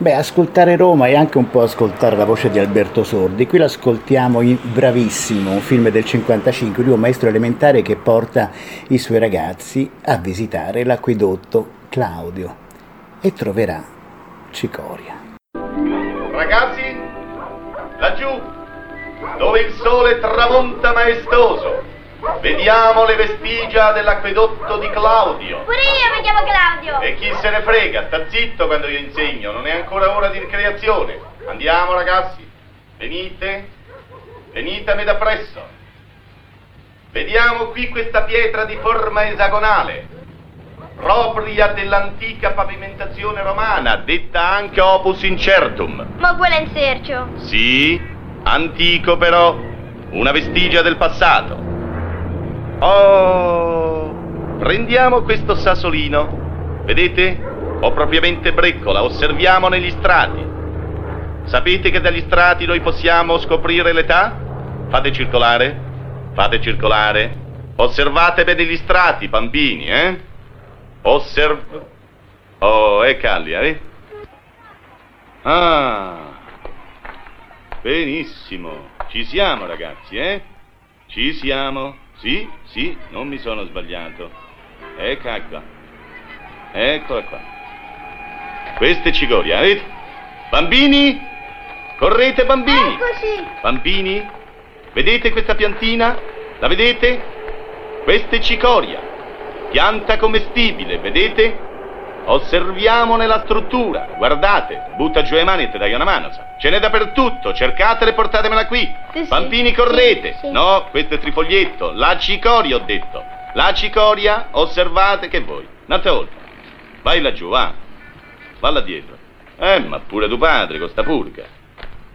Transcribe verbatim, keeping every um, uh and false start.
Beh, ascoltare Roma è anche un po' ascoltare la voce di Alberto Sordi. Qui l'ascoltiamo in Bravissimo, un film del cinquantacinque di un maestro elementare che porta i suoi ragazzi a visitare l'acquedotto Claudio e troverà cicoria. Ragazzi, laggiù, dove il sole tramonta maestoso, vediamo le vestigia dell'acquedotto di Claudio. Pure io mi chiamo Claudio. E chi se ne frega, sta zitto quando io insegno, non è ancora ora di ricreazione. Andiamo ragazzi, venite, venite a me da presso. Vediamo qui questa pietra di forma esagonale, propria dell'antica pavimentazione romana, detta anche opus incertum. Ma quella in sercio. Sì, antico però, una vestigia del passato. Oh, prendiamo questo sassolino, vedete? O propriamente breccola, osserviamo negli strati. Sapete che dagli strati noi possiamo scoprire l'età? Fate circolare, fate circolare. Osservate bene gli strati, bambini, eh? Osserv... Oh, è Callia, eh? Ah, benissimo. Ci siamo, ragazzi, eh? Ci siamo. Sì, sì, non mi sono sbagliato. Eccola qua. Eccola qua. Questa è cicoria, vedete? Bambini? Correte, bambini! Eccoci! Bambini? Vedete questa piantina? La vedete? Questa è cicoria. Pianta commestibile, vedete? Osserviamone la struttura. Guardate, butta giù le mani e te dai una mano, sa. Ce n'è dappertutto, cercatela e portatemela qui. Sì, sì. Bambini, correte. Sì, sì. No, questo è trifoglietto. La cicoria, ho detto. La cicoria, osservate che voi. Un'altra volta. Vai laggiù, va. Valla dietro. Eh, ma pure tuo padre con sta purga.